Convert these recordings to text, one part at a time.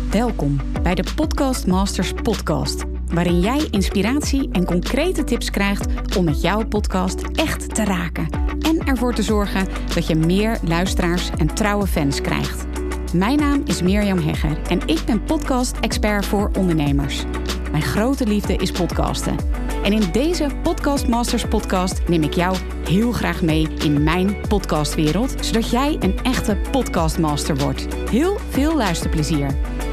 Welkom bij de Podcast Masters podcast, waarin jij inspiratie en concrete tips krijgt om met jouw podcast echt te raken en ervoor te zorgen dat je meer luisteraars en trouwe fans krijgt. Mijn naam is Mirjam Hegger en ik ben podcast-expert voor ondernemers. Mijn grote liefde is podcasten. En in deze Podcast Masters podcast neem ik jou heel graag mee in mijn podcastwereld, zodat jij een echte podcastmaster wordt. Heel veel luisterplezier.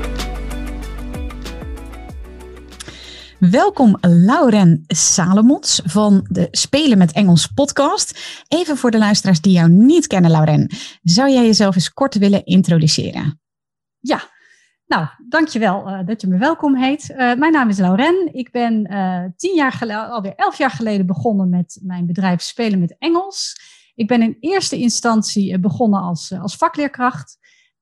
Welkom Lauren Salomons van de Spelen met Engels podcast. Even voor de luisteraars die jou niet kennen, Lauren. Zou jij jezelf eens kort willen introduceren? Ja, nou, dankjewel dat je me welkom heet. Mijn naam is Lauren. Ik ben alweer 11 jaar geleden begonnen met mijn bedrijf Spelen met Engels. Ik ben in eerste instantie begonnen als vakleerkracht.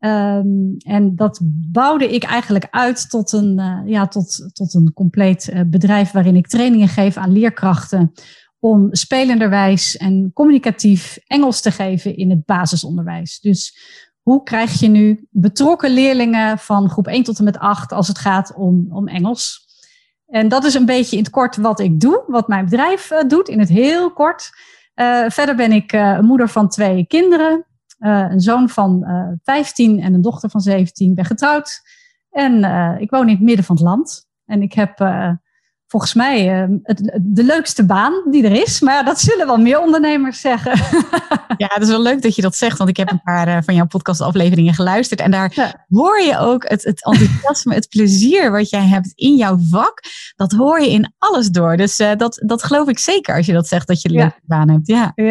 En dat bouwde ik eigenlijk uit tot een compleet bedrijf waarin ik trainingen geef aan leerkrachten om spelenderwijs en communicatief Engels te geven in het basisonderwijs. Dus hoe krijg je nu betrokken leerlingen van groep 1 tot en met 8 als het gaat om Engels? En dat is een beetje in het kort wat ik doe, wat mijn bedrijf doet, in het heel kort. Verder ben ik moeder van 2 kinderen. Een zoon van 15 en een dochter van 17. Ben getrouwd. En ik woon in het midden van het land. En ik heb volgens mij de leukste baan die er is. Maar dat zullen wel meer ondernemers zeggen. Ja, het is wel leuk dat je dat zegt. Want ik heb een paar van jouw podcastafleveringen geluisterd. En daar hoor je ook het enthousiasme, het plezier wat jij hebt in jouw vak. Dat hoor je in alles door. Dus dat geloof ik zeker als je dat zegt dat je een leuke baan hebt.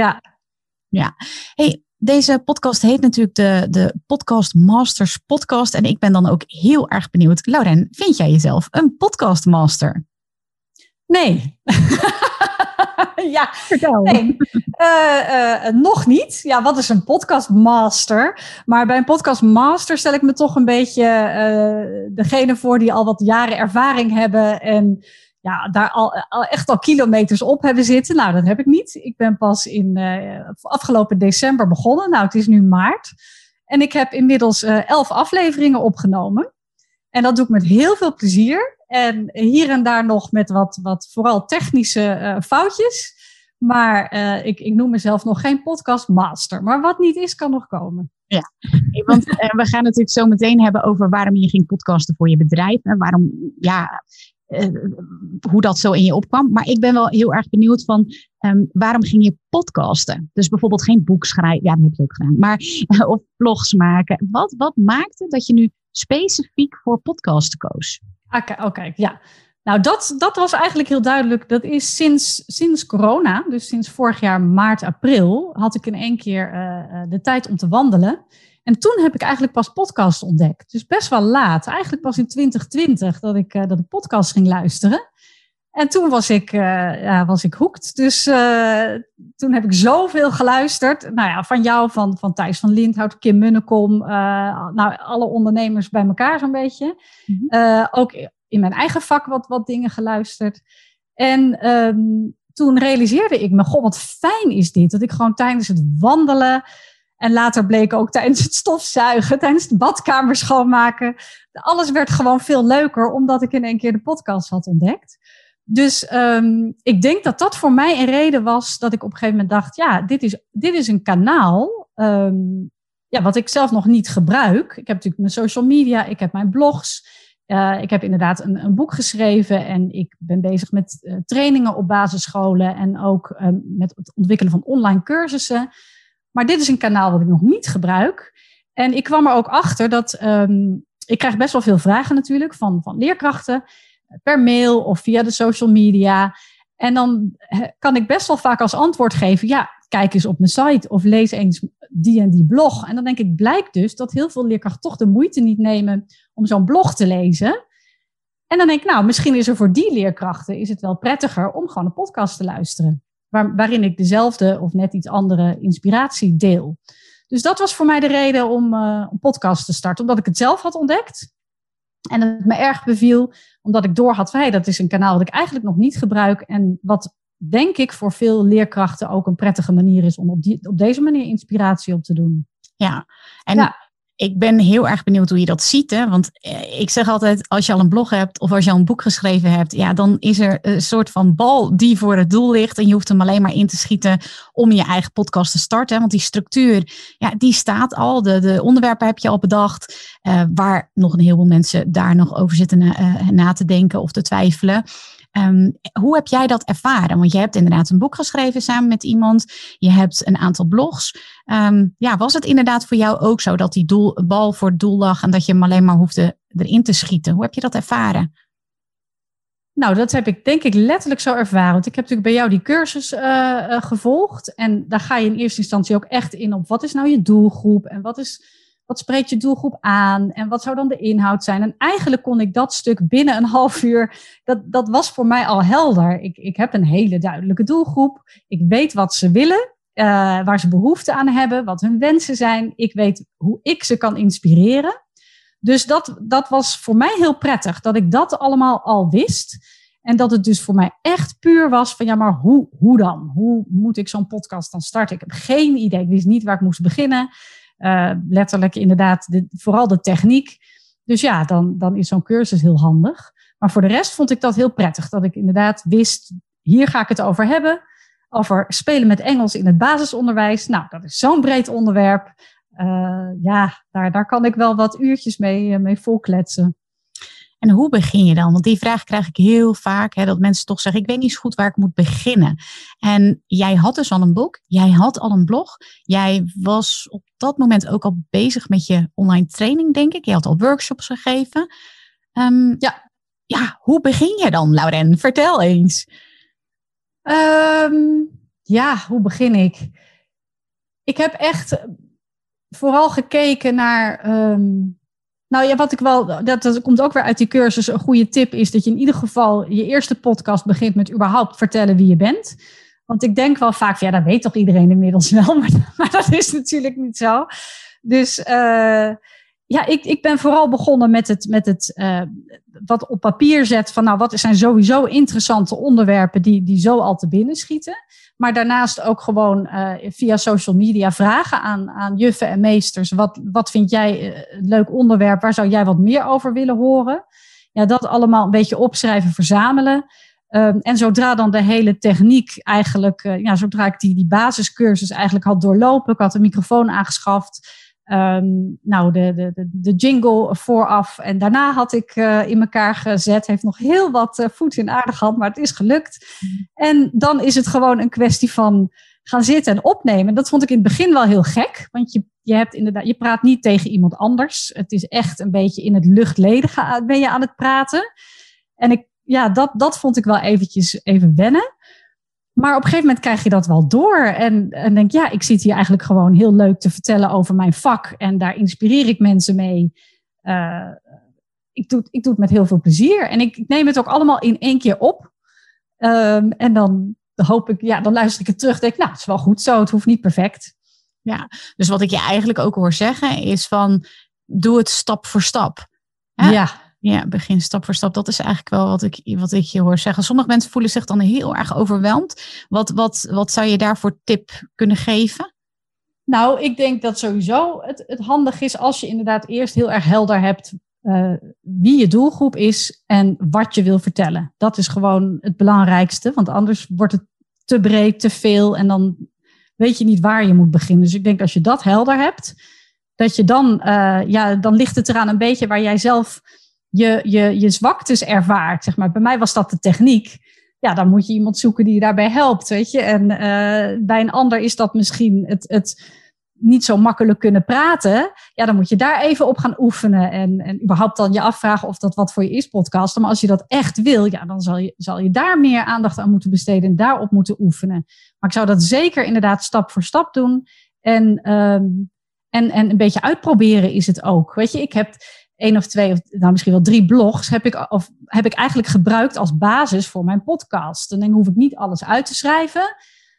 Ja. Hey, deze podcast heet natuurlijk de Podcast Masters podcast. En ik ben dan ook heel erg benieuwd. Lauren, vind jij jezelf een podcastmaster? Nee. Ja, vertel. Nee. Nog niet. Ja, wat is een podcastmaster? Maar bij een podcastmaster stel ik me toch een beetje degene voor die al wat jaren ervaring hebben en daar al kilometers op hebben zitten. Nou, dat heb ik niet. Ik ben pas in afgelopen december begonnen. Nou, het is nu maart. En ik heb inmiddels 11 afleveringen opgenomen. En dat doe ik met heel veel plezier. En hier en daar nog met wat vooral technische foutjes. Maar ik noem mezelf nog geen podcastmaster. Maar wat niet is, kan nog komen. Ja, want we gaan natuurlijk zo meteen hebben over waarom je ging podcasten voor je bedrijf. En waarom, hoe dat zo in je opkwam. Maar ik ben wel heel erg benieuwd van waarom ging je podcasten? Dus bijvoorbeeld geen boek schrijven. Ja, dat heb je ook gedaan. Maar of vlogs maken. Wat maakte dat je nu specifiek voor podcasten koos? Oké, ja. Nou, dat was eigenlijk heel duidelijk. Dat is sinds corona, dus sinds vorig jaar maart, april, had ik in één keer de tijd om te wandelen. En toen heb ik eigenlijk pas podcast ontdekt. Dus best wel laat. Eigenlijk pas in 2020 dat ik podcast ging luisteren. En toen was ik hooked. Dus toen heb ik zoveel geluisterd. Nou ja, van jou, van Thijs van Lindhout, Kim Munnekom. Alle ondernemers bij elkaar zo'n beetje. Mm-hmm. Ook in mijn eigen vak wat dingen geluisterd. En toen realiseerde ik me, goh, wat fijn is dit. Dat ik gewoon tijdens het wandelen en later bleek ook tijdens het stofzuigen, tijdens de badkamer schoonmaken. Alles werd gewoon veel leuker, omdat ik in één keer de podcast had ontdekt. Dus ik denk dat voor mij een reden was dat ik op een gegeven moment dacht, ja, dit is een kanaal wat ik zelf nog niet gebruik. Ik heb natuurlijk mijn social media, ik heb mijn blogs. Ik heb inderdaad een boek geschreven en ik ben bezig met trainingen op basisscholen en ook met het ontwikkelen van online cursussen. Maar dit is een kanaal wat ik nog niet gebruik. En ik kwam er ook achter dat ik krijg best wel veel vragen natuurlijk van leerkrachten per mail of via de social media. En dan kan ik best wel vaak als antwoord geven, ja, kijk eens op mijn site of lees eens die en die blog. En dan denk ik, blijkt dus dat heel veel leerkrachten toch de moeite niet nemen om zo'n blog te lezen. En dan denk ik, nou, misschien is er voor die leerkrachten is het wel prettiger om gewoon een podcast te luisteren. Waarin ik dezelfde of net iets andere inspiratie deel. Dus dat was voor mij de reden om een podcast te starten. Omdat ik het zelf had ontdekt. En het me erg beviel. Omdat ik door had, dat is een kanaal dat ik eigenlijk nog niet gebruik. En wat denk ik voor veel leerkrachten ook een prettige manier is om op deze manier inspiratie op te doen. Ja, en Ik ben heel erg benieuwd hoe je dat ziet. Hè? Want ik zeg altijd, als je al een blog hebt of als je al een boek geschreven hebt, ja, dan is er een soort van bal die voor het doel ligt. En je hoeft hem alleen maar in te schieten om je eigen podcast te starten. Want die structuur, ja, die staat al. De onderwerpen heb je al bedacht. Waar nog een heleboel mensen daar nog over zitten na te denken of te twijfelen. Hoe heb jij dat ervaren? Want je hebt inderdaad een boek geschreven samen met iemand. Je hebt een aantal blogs. Was het inderdaad voor jou ook zo dat die bal voor het doel lag en dat je hem alleen maar hoefde erin te schieten? Hoe heb je dat ervaren? Nou, dat heb ik denk ik letterlijk zo ervaren. Want ik heb natuurlijk bij jou die cursus gevolgd. En daar ga je in eerste instantie ook echt in op wat is nou je doelgroep en wat spreekt je doelgroep aan en wat zou dan de inhoud zijn? En eigenlijk kon ik dat stuk binnen een half uur, dat was voor mij al helder. Ik heb een hele duidelijke doelgroep. Ik weet wat ze willen, waar ze behoefte aan hebben, wat hun wensen zijn. Ik weet hoe ik ze kan inspireren. Dus dat was voor mij heel prettig, dat ik dat allemaal al wist. En dat het dus voor mij echt puur was van, ja, maar hoe dan? Hoe moet ik zo'n podcast dan starten? Ik heb geen idee, ik wist niet waar ik moest beginnen. Letterlijk inderdaad, vooral de techniek. Dus ja, dan is zo'n cursus heel handig. Maar voor de rest vond ik dat heel prettig. Dat ik inderdaad wist, hier ga ik het over hebben. Over spelen met Engels in het basisonderwijs. Nou, dat is zo'n breed onderwerp. Daar kan ik wel wat uurtjes mee volkletsen. En hoe begin je dan? Want die vraag krijg ik heel vaak. Dat mensen toch zeggen, ik weet niet zo goed waar ik moet beginnen. En jij had dus al een boek. Jij had al een blog. Jij was op dat moment ook al bezig met je online training, denk ik. Je had al workshops gegeven. Ja, hoe begin je dan, Laurens? Vertel eens. Hoe begin ik? Ik heb echt vooral gekeken naar... wat ik wel, dat komt ook weer uit die cursus, een goede tip is dat je in ieder geval je eerste podcast begint met überhaupt vertellen wie je bent. Want ik denk wel vaak, dat weet toch iedereen inmiddels wel, maar dat is natuurlijk niet zo. Dus ik ben vooral begonnen met het wat op papier zet van, nou, wat zijn sowieso interessante onderwerpen die zo al te binnen schieten. Maar daarnaast ook gewoon via social media vragen aan juffen en meesters. Wat vind jij een leuk onderwerp? Waar zou jij wat meer over willen horen? Ja, dat allemaal een beetje opschrijven, verzamelen. En zodra dan de hele techniek eigenlijk... zodra ik die basiscursus eigenlijk had doorlopen. Ik had een microfoon aangeschaft. De jingle vooraf. En daarna had ik in elkaar gezet. Heeft nog heel wat voet in aarde gehad, maar het is gelukt. En dan is het gewoon een kwestie van gaan zitten en opnemen. Dat vond ik in het begin wel heel gek. Want je praat niet tegen iemand anders. Het is echt een beetje in het luchtledige ben je aan het praten. En dat vond ik wel even wennen. Maar op een gegeven moment krijg je dat wel door. En denk, ik zit hier eigenlijk gewoon heel leuk te vertellen over mijn vak. En daar inspireer ik mensen mee. Ik doe het met heel veel plezier. En ik neem het ook allemaal in één keer op. En dan hoop ik, dan luister ik het terug. Denk, het is wel goed zo. Het hoeft niet perfect. Ja, dus wat ik je eigenlijk ook hoor zeggen is van, doe het stap voor stap. Hè? Ja, begin stap voor stap. Dat is eigenlijk wel wat ik je hoor zeggen. Sommige mensen voelen zich dan heel erg overweldigd. Wat zou je daarvoor tip kunnen geven? Nou, ik denk dat sowieso het handig is als je inderdaad eerst heel erg helder hebt wie je doelgroep is en wat je wil vertellen. Dat is gewoon het belangrijkste, want anders wordt het te breed, te veel en dan weet je niet waar je moet beginnen. Dus ik denk als je dat helder hebt, dat je dan ligt het eraan een beetje waar jij zelf je zwaktes ervaart, zeg maar. Bij mij was dat de techniek. Ja, dan moet je iemand zoeken die je daarbij helpt, weet je. En bij een ander is dat misschien het niet zo makkelijk kunnen praten. Ja, dan moet je daar even op gaan oefenen. En überhaupt dan je afvragen of dat wat voor je is, podcasten. Maar als je dat echt wil, dan zal je daar meer aandacht aan moeten besteden en daarop moeten oefenen. Maar ik zou dat zeker inderdaad stap voor stap doen. En een beetje uitproberen is het ook. Weet je, ik heb 1 of 2 of misschien wel 3 blogs heb ik eigenlijk gebruikt als basis voor mijn podcast. Dan hoef ik niet alles uit te schrijven.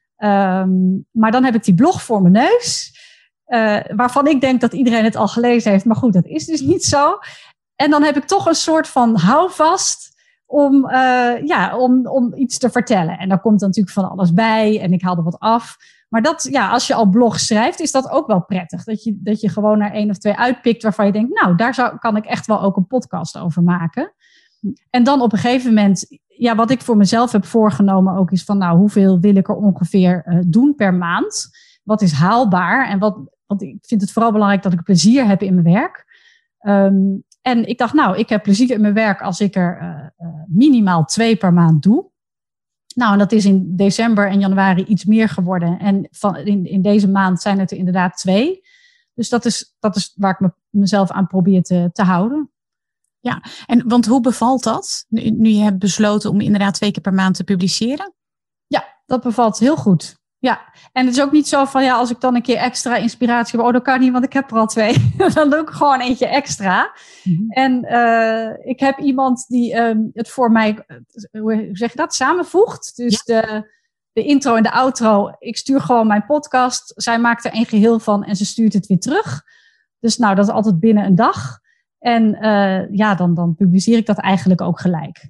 Maar dan heb ik die blog voor mijn neus. Waarvan ik denk dat iedereen het al gelezen heeft. Maar goed, dat is dus niet zo. En dan heb ik toch een soort van houvast om iets te vertellen. En daar komt dan natuurlijk van alles bij. En ik haal er wat af. Maar dat, als je al blog schrijft, is dat ook wel prettig. Dat je gewoon er 1 of 2 uitpikt waarvan je denkt, nou, daar kan ik echt wel ook een podcast over maken. En dan op een gegeven moment, wat ik voor mezelf heb voorgenomen ook is van, nou, hoeveel wil ik er ongeveer doen per maand? Wat is haalbaar? En want ik vind het vooral belangrijk dat ik plezier heb in mijn werk. En ik dacht, nou, ik heb plezier in mijn werk als ik er minimaal 2 per maand doe. Nou, en dat is in december en januari iets meer geworden. En in deze maand zijn het er inderdaad 2. Dus dat is waar ik mezelf aan probeer te houden. Ja, want hoe bevalt dat? Nu je hebt besloten om inderdaad 2 keer per maand te publiceren? Ja, dat bevalt heel goed. Ja, en het is ook niet zo van, als ik dan een keer extra inspiratie heb, dat kan niet, want ik heb er al 2. Dan doe ik gewoon eentje extra. Mm-hmm. En ik heb iemand die het voor mij, hoe zeg je dat, samenvoegt. Dus de intro en de outro, ik stuur gewoon mijn podcast. Zij maakt er een geheel van en ze stuurt het weer terug. Dus nou, dat is altijd binnen een dag. En dan publiceer ik dat eigenlijk ook gelijk.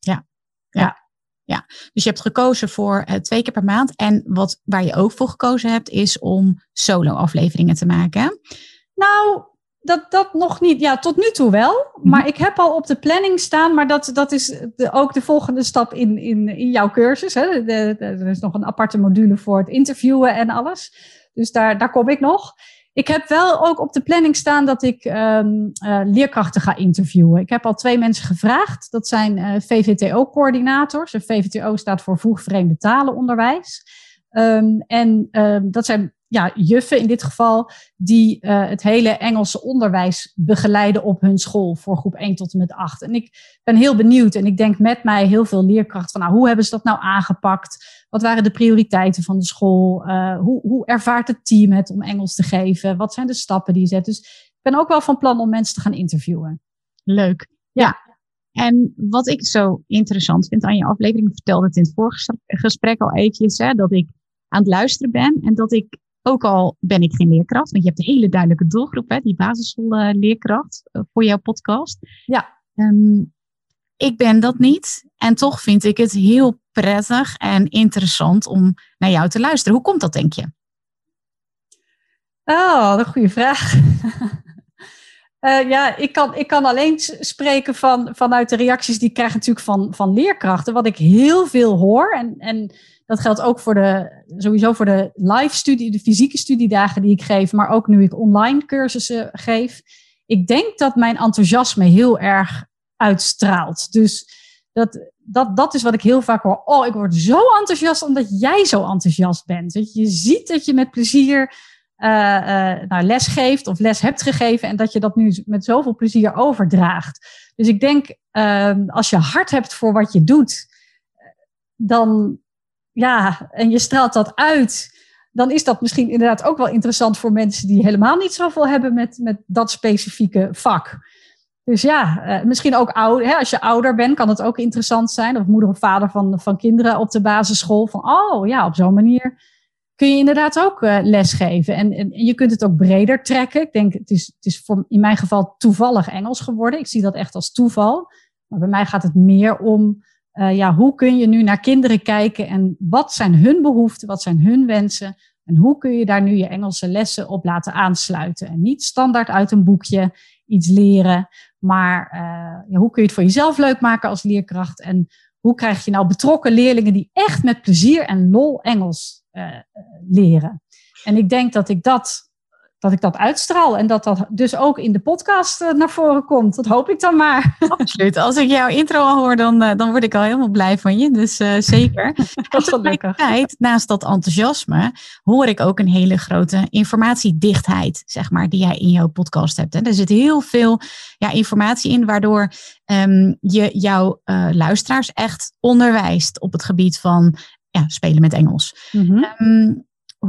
Ja, dus je hebt gekozen voor 2 keer per maand. En waar je ook voor gekozen hebt, is om solo-afleveringen te maken. Nou, dat nog niet. Ja, tot nu toe wel. Maar ik heb al op de planning staan. Maar dat is ook de volgende stap in jouw cursus. Hè. Er is nog een aparte module voor het interviewen en alles. Dus daar kom ik nog. Ik heb wel ook op de planning staan dat ik leerkrachten ga interviewen. Ik heb al 2 mensen gevraagd. Dat zijn VVTO-coördinators. En VVTO staat voor vroegvreemde talenonderwijs. Dat zijn juffen in dit geval die het hele Engelse onderwijs begeleiden op hun school voor groep 1 tot en met 8. En ik ben heel benieuwd en ik denk met mij heel veel leerkrachten van hoe hebben ze dat nou aangepakt? Wat waren de prioriteiten van de school? Hoe ervaart het team het om Engels te geven? Wat zijn de stappen die je zet? Dus ik ben ook wel van plan om mensen te gaan interviewen. Leuk. Ja. En wat ik zo interessant vind aan je aflevering, ik vertelde het in het vorige gesprek al eventjes, dat ik aan het luisteren ben en dat ik, ook al ben ik geen leerkracht, want je hebt een hele duidelijke doelgroep, die basisschoolleerkracht voor jouw podcast. Ja. Ik ben dat niet en toch vind ik het heel prettig en interessant om naar jou te luisteren. Hoe komt dat, denk je? Oh, wat een goede vraag. Ik kan alleen spreken vanuit de reacties die ik krijg natuurlijk van leerkrachten. Wat ik heel veel hoor, en dat geldt ook sowieso voor de live studie, de fysieke studiedagen die ik geef, maar ook nu ik online cursussen geef. Ik denk dat mijn enthousiasme heel erg uitstraalt. Dus dat is wat ik heel vaak hoor. Oh, ik word zo enthousiast omdat jij zo enthousiast bent. Dat je ziet dat je met plezier les geeft of les hebt gegeven en dat je dat nu met zoveel plezier overdraagt. Dus ik denk, als je hart hebt voor wat je doet, dan en je straalt dat uit, dan is dat misschien inderdaad ook wel interessant voor mensen die helemaal niet zoveel hebben met dat specifieke vak. Dus misschien ook als je ouder bent, kan het ook interessant zijn. Of moeder of vader van kinderen op de basisschool. Van op zo'n manier kun je inderdaad ook lesgeven. En je kunt het ook breder trekken. Ik denk, het is in mijn geval toevallig Engels geworden. Ik zie dat echt als toeval. Maar bij mij gaat het meer om, hoe kun je nu naar kinderen kijken en wat zijn hun behoeften, wat zijn hun wensen en hoe kun je daar nu je Engelse lessen op laten aansluiten. En niet standaard uit een boekje iets leren, maar hoe kun je het voor jezelf leuk maken als leerkracht en hoe krijg je nou betrokken leerlingen die echt met plezier en lol Engels leren. En ik denk dat ik dat uitstraal en dat dus ook in de podcast naar voren komt. Dat hoop ik dan maar. Absoluut. Als ik jouw intro al hoor, dan word ik al helemaal blij van je. Dus zeker. Dat is wel lekker. Naast dat enthousiasme hoor ik ook een hele grote informatiedichtheid, zeg maar, die jij in jouw podcast hebt. En er zit heel veel informatie in, waardoor je jouw luisteraars echt onderwijst op het gebied van spelen met Engels. Mm-hmm.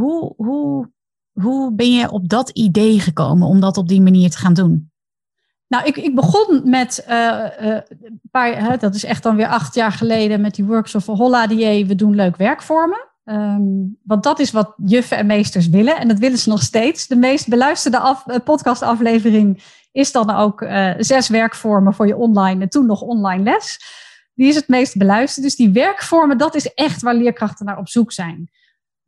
Hoe ben je op dat idee gekomen om dat op die manier te gaan doen? Nou, ik begon met dat is echt dan weer 8 jaar geleden met die workshop van Holla die we doen leuk werk vormen. Want dat is wat juffen en meesters willen en dat willen ze nog steeds. De meest beluisterde podcastaflevering is dan ook 6 werkvormen voor je online en toen nog online les. Die is het meest beluisterd. Dus die werkvormen, dat is echt waar leerkrachten naar op zoek zijn.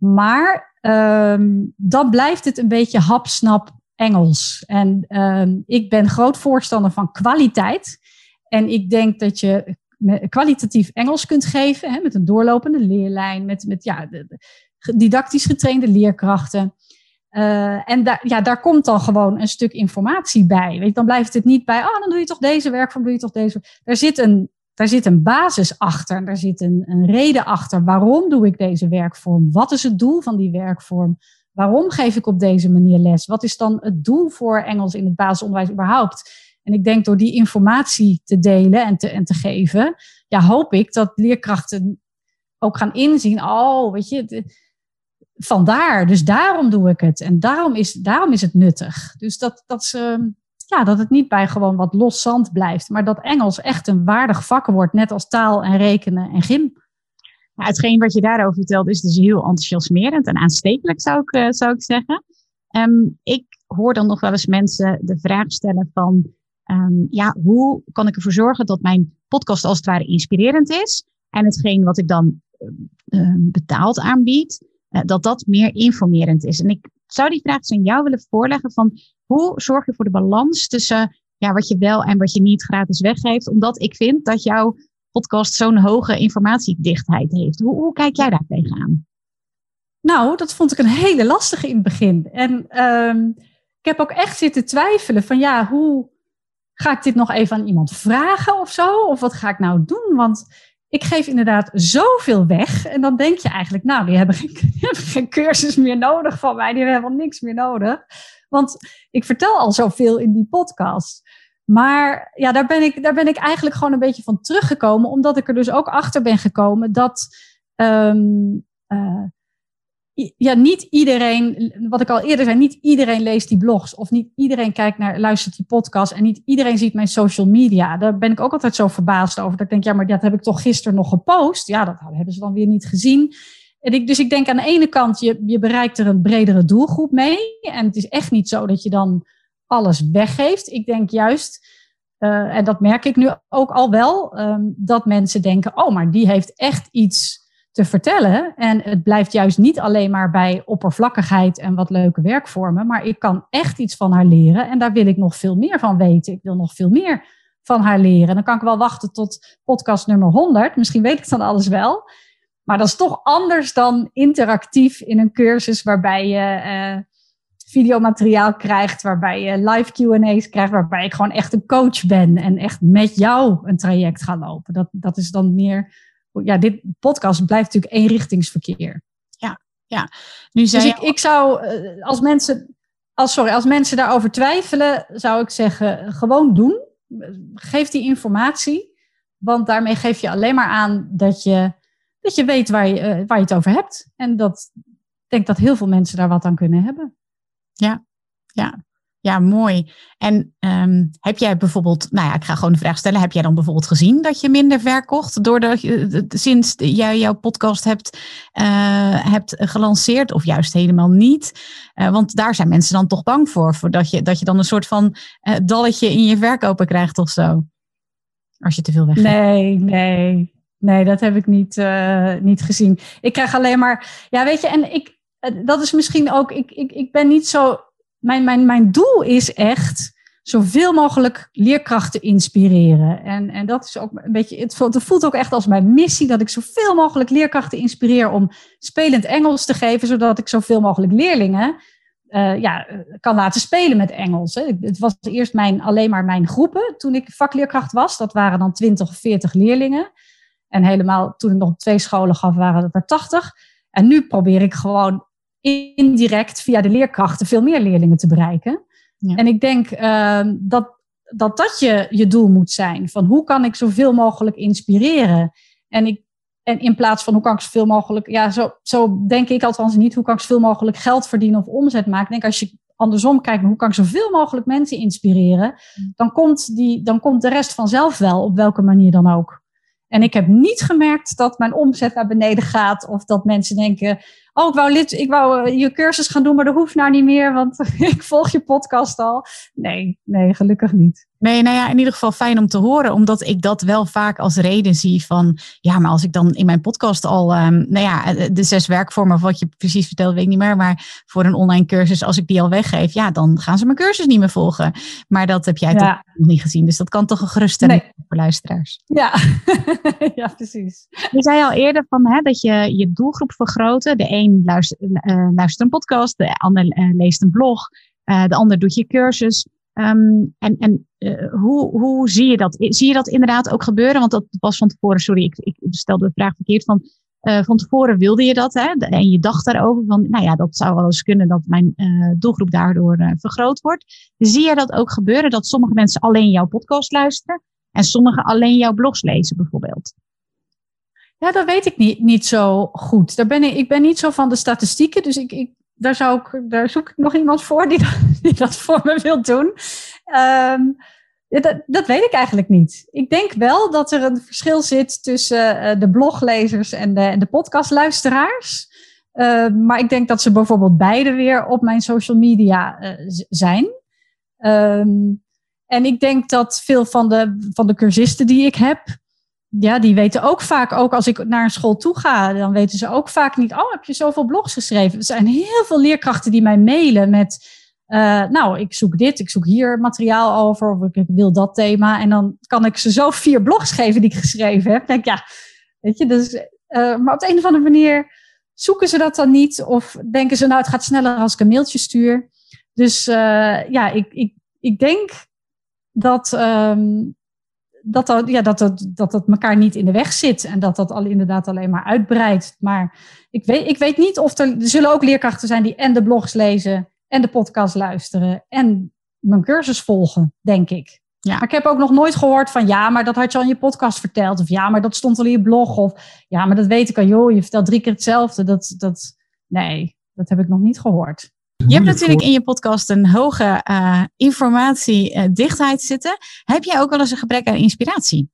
Maar dan blijft het een beetje hapsnap Engels. En ik ben groot voorstander van kwaliteit. En ik denk dat je kwalitatief Engels kunt geven, hè, met een doorlopende leerlijn, met didactisch getrainde leerkrachten. En daar komt dan gewoon een stuk informatie bij. Weet je, dan blijft het niet bij, dan doe je toch deze werkvorm, doe je toch deze. Daar zit een basis achter, daar zit een reden achter. Waarom doe ik deze werkvorm? Wat is het doel van die werkvorm? Waarom geef ik op deze manier les? Wat is dan het doel voor Engels in het basisonderwijs überhaupt? En ik denk door die informatie te delen en te geven, hoop ik dat leerkrachten ook gaan inzien, weet je, vandaar, dus daarom doe ik het. En daarom is het nuttig. Dus dat het niet bij gewoon wat los zand blijft, maar dat Engels echt een waardig vak wordt, net als taal en rekenen en gym. Ja, hetgeen wat je daarover vertelt is dus heel enthousiasmerend en aanstekelijk, zou ik zeggen. Ik hoor dan nog wel eens mensen de vraag stellen van, hoe kan ik ervoor zorgen dat mijn podcast als het ware inspirerend is en hetgeen wat ik dan betaald aanbied, dat meer informerend is. En ik zou die vraag aan jou willen voorleggen van, hoe zorg je voor de balans tussen wat je wel en wat je niet gratis weggeeft? Omdat ik vind dat jouw podcast zo'n hoge informatiedichtheid heeft. Hoe kijk jij daar tegenaan? Nou, dat vond ik een hele lastige in het begin. En ik heb ook echt zitten twijfelen van hoe ga ik dit nog even aan iemand vragen of zo? Of wat ga ik nou doen? Want ik geef inderdaad zoveel weg. En dan denk je eigenlijk, die hebben geen cursus meer nodig van mij. Die hebben helemaal niks meer nodig. Want ik vertel al zoveel in die podcast. Maar daar ben ik eigenlijk gewoon een beetje van teruggekomen. Omdat ik er dus ook achter ben gekomen dat niet iedereen, wat ik al eerder zei, niet iedereen leest die blogs. Of niet iedereen luistert die podcast. En niet iedereen ziet mijn social media. Daar ben ik ook altijd zo verbaasd over. Dat ik denk, maar dat heb ik toch gisteren nog gepost. Ja, dat hebben ze dan weer niet gezien. Dus ik denk aan de ene kant, je bereikt er een bredere doelgroep mee. En het is echt niet zo dat je dan alles weggeeft. Ik denk juist, en dat merk ik nu ook al wel, dat mensen denken, maar die heeft echt iets te vertellen. En het blijft juist niet alleen maar bij oppervlakkigheid en wat leuke werkvormen, maar ik kan echt iets van haar leren en daar wil ik nog veel meer van weten. Ik wil nog veel meer van haar leren. En dan kan ik wel wachten tot podcast nummer 100. Misschien weet ik dan alles wel. Maar dat is toch anders dan interactief in een cursus waarbij je videomateriaal krijgt, waarbij je live Q&A's krijgt, waarbij ik gewoon echt een coach ben en echt met jou een traject ga lopen. Dat is dan meer, dit podcast blijft natuurlijk eenrichtingsverkeer. Ja. Nu zei dus ik zou, als mensen daarover twijfelen, zou ik zeggen, gewoon doen. Geef die informatie, want daarmee geef je alleen maar aan dat je weet waar je het over hebt. En ik denk dat heel veel mensen daar wat aan kunnen hebben. Ja, mooi. En heb jij bijvoorbeeld, ik ga gewoon de vraag stellen, heb jij dan bijvoorbeeld gezien dat je minder verkocht sinds jij jouw podcast hebt gelanceerd of juist helemaal niet? Want daar zijn mensen dan toch bang voor dat je dan een soort van dalletje in je verkopen krijgt of zo. Als je te veel weggeeft. Nee, dat heb ik niet gezien. Ik krijg alleen maar, weet je, en dat is misschien ook, ik ben niet zo, mijn doel is echt zoveel mogelijk leerkrachten inspireren. En dat is ook een beetje, het voelt ook echt als mijn missie, dat ik zoveel mogelijk leerkrachten inspireer om spelend Engels te geven, zodat ik zoveel mogelijk leerlingen kan laten spelen met Engels. Hè. Het was eerst alleen maar mijn groepen toen ik vakleerkracht was. Dat waren dan 20 of 40 leerlingen. En helemaal toen ik nog op 2 scholen gaf, waren het er 80. En nu probeer ik gewoon indirect via de leerkrachten veel meer leerlingen te bereiken. Ja. En ik denk dat je doel moet zijn. Van hoe kan ik zoveel mogelijk inspireren? En in plaats van hoe kan ik zoveel mogelijk, zo denk ik althans niet, hoe kan ik zoveel mogelijk geld verdienen of omzet maken. Ik denk als je andersom kijkt, hoe kan ik zoveel mogelijk mensen inspireren, dan komt de rest vanzelf wel, op welke manier dan ook. En ik heb niet gemerkt dat mijn omzet naar beneden gaat. Of dat mensen denken, ik wou je cursus gaan doen, maar dat hoeft nou niet meer. Want ik volg je podcast al. Nee, gelukkig niet. Nee, nou ja, in ieder geval fijn om te horen. Omdat ik dat wel vaak als reden zie van... Ja, maar als ik dan in mijn podcast al... de 6 werkvormen, wat je precies vertelt, weet ik niet meer. Maar voor een online cursus, als ik die al weggeef... Ja, dan gaan ze mijn cursus niet meer volgen. Maar dat heb jij toch nog niet gezien. Dus dat kan toch een geruststelling voor luisteraars. Ja, ja, precies. Je zei al eerder van, dat je doelgroep vergroten. De een luistert een podcast, de ander leest een blog. De ander doet je cursus. Hoe zie je dat? Zie je dat inderdaad ook gebeuren? Want dat was van tevoren, sorry, ik stelde de vraag verkeerd. Van tevoren wilde je dat, hè? En je dacht daarover van, nou ja, dat zou wel eens kunnen dat mijn doelgroep daardoor vergroot wordt. Zie je dat ook gebeuren? Dat sommige mensen alleen jouw podcast luisteren en sommigen alleen jouw blogs lezen bijvoorbeeld? Ja, dat weet ik niet zo goed. Ik ben niet zo van de statistieken, dus daar zoek ik nog iemand voor die dat voor me wil doen. Dat weet ik eigenlijk niet. Ik denk wel dat er een verschil zit tussen de bloglezers en de podcastluisteraars. Maar ik denk dat ze bijvoorbeeld beide weer op mijn social media zijn. En ik denk dat veel van de cursisten die ik heb... Ja, die weten ook vaak, ook als ik naar een school toe ga, dan weten ze ook vaak niet, heb je zoveel blogs geschreven? Er zijn heel veel leerkrachten die mij mailen met, ik zoek dit, ik zoek hier materiaal over, of ik wil dat thema. En dan kan ik ze zo 4 blogs geven die ik geschreven heb. Dan denk ik, weet je, dus, maar op de een of andere manier zoeken ze dat dan niet. Of denken ze, het gaat sneller als ik een mailtje stuur. Dus ik denk dat... dat het elkaar niet in de weg zit en dat al inderdaad alleen maar uitbreidt. Maar ik weet niet of er zullen ook leerkrachten zijn die en de blogs lezen en de podcast luisteren en mijn cursus volgen, denk ik. Ja. Maar ik heb ook nog nooit gehoord van maar dat had je al in je podcast verteld. Of maar dat stond al in je blog. Of maar dat weet ik al. Joh, je vertelt 3 keer hetzelfde. Nee, dat heb ik nog niet gehoord. Je hebt natuurlijk in je podcast een hoge informatiedichtheid zitten. Heb jij ook wel eens een gebrek aan inspiratie?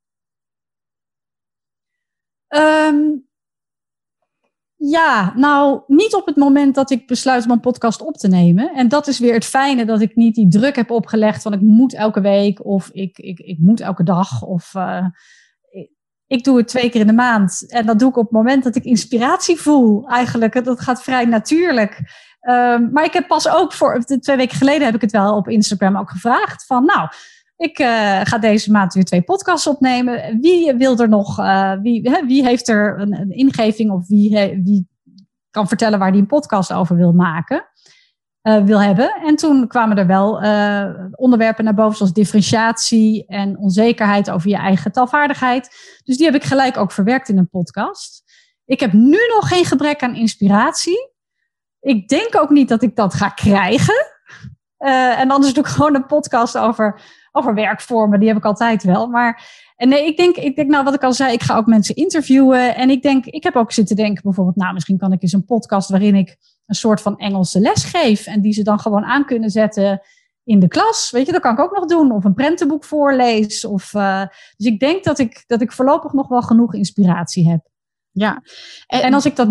Niet op het moment dat ik besluit om een podcast op te nemen. En dat is weer het fijne, dat ik niet die druk heb opgelegd van ik moet elke week of ik moet elke dag. Of ik doe het 2 keer in de maand. En dat doe ik op het moment dat ik inspiratie voel eigenlijk. Dat gaat vrij natuurlijk. Maar ik heb pas ook 2 weken geleden heb ik het wel op Instagram ook gevraagd. Van ik ga deze maand weer 2 podcasts opnemen. Wie wil er nog, wie heeft er een ingeving of wie kan vertellen waar die een podcast over wil maken, wil hebben. En toen kwamen er wel onderwerpen naar boven zoals differentiatie en onzekerheid over je eigen taalvaardigheid. Dus die heb ik gelijk ook verwerkt in een podcast. Ik heb nu nog geen gebrek aan inspiratie. Ik denk ook niet dat ik dat ga krijgen. En anders doe ik gewoon een podcast over werkvormen. Die heb ik altijd wel. Maar ik denk wat ik al zei, ik ga ook mensen interviewen. En ik heb ook zitten denken bijvoorbeeld, misschien kan ik eens een podcast waarin ik een soort van Engelse les geef. En die ze dan gewoon aan kunnen zetten in de klas. Weet je, dat kan ik ook nog doen. Of een prentenboek voorlees. Dus ik denk dat ik voorlopig nog wel genoeg inspiratie heb. Ja. En als ik dat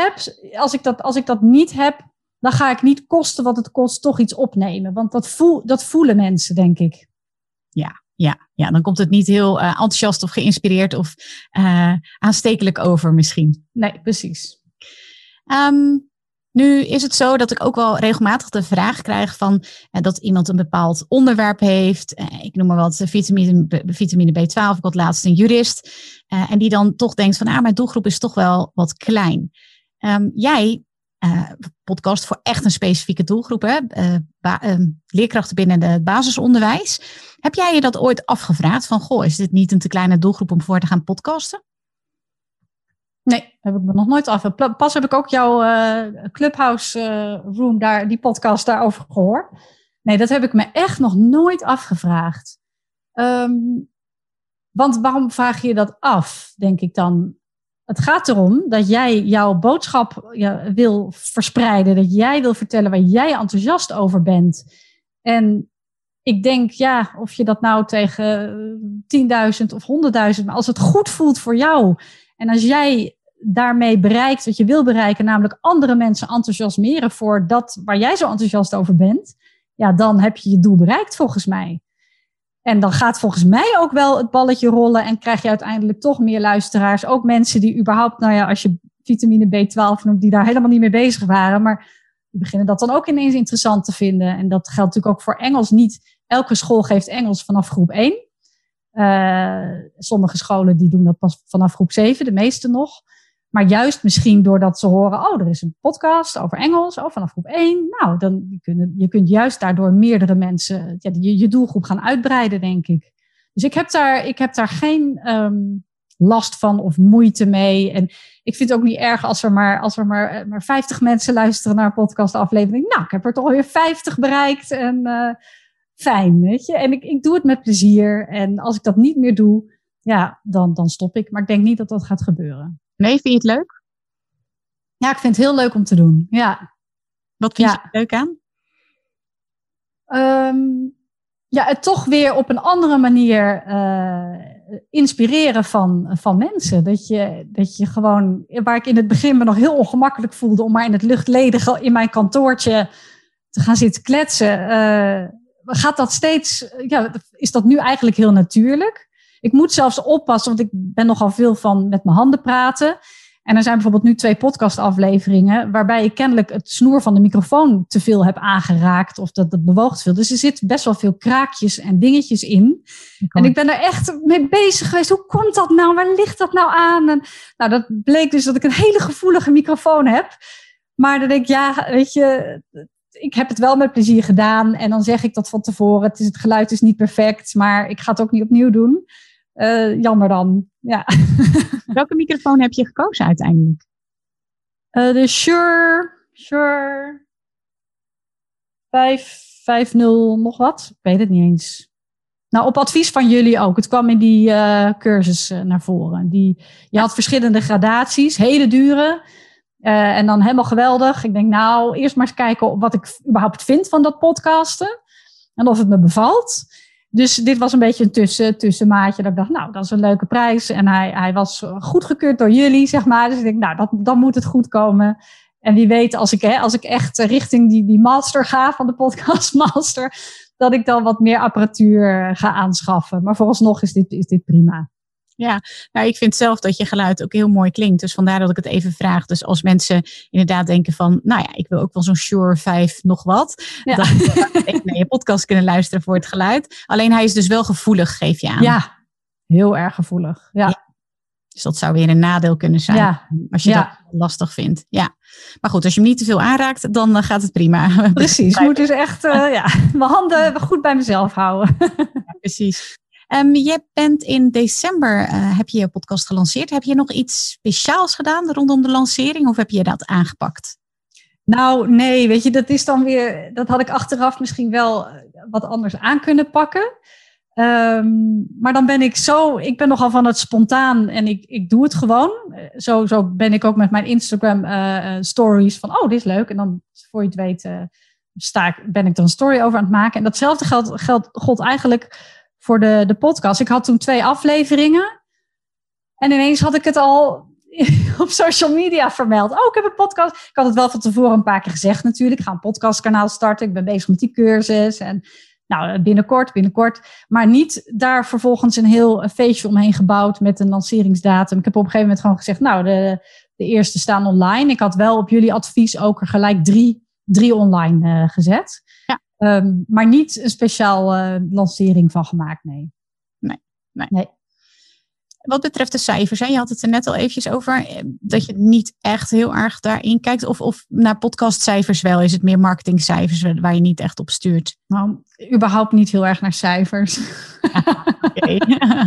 niet heb, dan ga ik niet kosten wat het kost toch iets opnemen. Want dat voelen mensen, denk ik. Ja, dan komt het niet heel enthousiast of geïnspireerd of aanstekelijk over misschien. Nee, precies. Nu is het zo dat ik ook wel regelmatig de vraag krijg van dat iemand een bepaald onderwerp heeft. Ik noem maar wat, vitamine B12. Ik had laatst een jurist. En die dan toch denkt van, mijn doelgroep is toch wel wat klein. Jij podcast voor echt een specifieke doelgroep, hè? Leerkrachten binnen het basisonderwijs. Heb jij je dat ooit afgevraagd van, is dit niet een te kleine doelgroep om voor te gaan podcasten? Nee, heb ik me nog nooit af. Pas heb ik ook jouw Clubhouse Room, die podcast daarover gehoord. Nee, dat heb ik me echt nog nooit afgevraagd. Want waarom vraag je dat af, denk ik dan? Het gaat erom dat jij jouw boodschap wil verspreiden. Dat jij wil vertellen waar jij enthousiast over bent. En ik denk, ja, of je dat nou tegen 10.000 of 100.000, maar als het goed voelt voor jou en als jij daarmee bereikt wat je wil bereiken, namelijk andere mensen enthousiasmeren voor dat waar jij zo enthousiast over bent, ja, dan heb je je doel bereikt volgens mij. En dan gaat volgens mij ook wel het balletje rollen en krijg je uiteindelijk toch meer luisteraars. Ook mensen die überhaupt, nou ja, als je vitamine B12 noemt, die daar helemaal niet mee bezig waren, maar die beginnen dat dan ook ineens interessant te vinden. En dat geldt natuurlijk ook voor Engels. Niet elke school geeft Engels vanaf groep 1. Sommige scholen die doen dat pas vanaf groep 7, de meeste nog. Maar juist misschien doordat ze horen, oh, er is een podcast over Engels, vanaf groep 1. Nou, dan je kunt juist daardoor meerdere mensen, je doelgroep gaan uitbreiden, denk ik. Dus ik heb daar geen last van of moeite mee. En ik vind het ook niet erg als er maar 50 mensen luisteren naar een podcastaflevering. Nou, ik heb er toch weer 50 bereikt en fijn, weet je. En ik doe het met plezier. En als ik dat niet meer doe, ja, dan stop ik. Maar ik denk niet dat dat gaat gebeuren. Nee, vind je het leuk? Ja, ik vind het heel leuk om te doen. Ja. Wat vind je er leuk aan? Het toch weer op een andere manier inspireren van mensen. Dat je gewoon, waar ik in het begin me nog heel ongemakkelijk voelde om maar in het luchtledige in mijn kantoortje te gaan zitten kletsen, gaat dat steeds, is dat nu eigenlijk heel natuurlijk. Ik moet zelfs oppassen, want ik ben nogal veel van met mijn handen praten. En er zijn bijvoorbeeld nu 2 podcastafleveringen waarbij ik kennelijk het snoer van de microfoon te veel heb aangeraakt of dat het bewoog te veel. Dus er zit best wel veel kraakjes en dingetjes in. En ik ben er echt mee bezig geweest. Hoe komt dat nou? Waar ligt dat nou aan? En, nou, dat bleek dus dat ik een hele gevoelige microfoon heb. Maar dan denk ik, ja, weet je, ik heb het wel met plezier gedaan. En dan zeg ik dat van tevoren. Het geluid is niet perfect, maar ik ga het ook niet opnieuw doen. Jammer dan, ja. Welke microfoon heb je gekozen uiteindelijk? De Shure 550 nog wat. Ik weet het niet eens. Nou, op advies van jullie ook. Het kwam in die cursus naar voren. Je had verschillende gradaties, hele dure. En dan helemaal geweldig. Ik denk, nou, eerst maar eens kijken wat ik überhaupt vind van dat podcasten. En of het me bevalt. Dus dit was een beetje een tussenmaatje. Dat ik dacht, nou, dat is een leuke prijs. En hij was goedgekeurd door jullie, zeg maar. Dus ik denk, nou, dan moet het goed komen. En wie weet, als ik echt richting die master ga van de podcast master, dat ik dan wat meer apparatuur ga aanschaffen. Maar vooralsnog is dit prima. Ja, nou, ik vind zelf dat je geluid ook heel mooi klinkt. Dus vandaar dat ik het even vraag. Dus als mensen inderdaad denken van, nou ja, ik wil ook wel zo'n Shure 5 nog wat. Ja. Dan even naar je podcast kunnen luisteren voor het geluid. Alleen hij is dus wel gevoelig, geef je aan. Ja, heel erg gevoelig. Ja. Dus dat zou weer een nadeel kunnen zijn. Als je dat lastig vindt. Ja. Maar goed, als je hem niet te veel aanraakt, dan gaat het prima. Precies, moet dus echt mijn handen goed bij mezelf houden. Ja, precies. Je bent in december, heb je je podcast gelanceerd. Heb je nog iets speciaals gedaan rondom de lancering of heb je dat aangepakt? Nou, nee, weet je, dat is dan weer, dat had ik achteraf misschien wel wat anders aan kunnen pakken. Maar dan ben ik ben nogal van het spontaan en ik doe het gewoon. Zo ben ik ook met mijn Instagram stories van, oh, dit is leuk. En dan, voor je het weet, ben ik er een story over aan het maken. En datzelfde gold eigenlijk voor de podcast. Ik had toen 2 afleveringen. En ineens had ik het al op social media vermeld. Oh, ik heb een podcast. Ik had het wel van tevoren een paar keer gezegd natuurlijk. Ik ga een podcastkanaal starten. Ik ben bezig met die cursus. En nou, binnenkort. Maar niet daar vervolgens een heel feestje omheen gebouwd met een lanceringsdatum. Ik heb op een gegeven moment gewoon gezegd, nou, de eerste staan online. Ik had wel op jullie advies ook er gelijk 3 online gezet. Ja. Maar niet een speciaal lancering van gemaakt, nee. Nee. Wat betreft de cijfers, je had het er net al eventjes over, dat je niet echt heel erg daarin kijkt. Of naar podcastcijfers wel, is het meer marketingcijfers waar je niet echt op stuurt? Nou, überhaupt niet heel erg naar cijfers. Okay.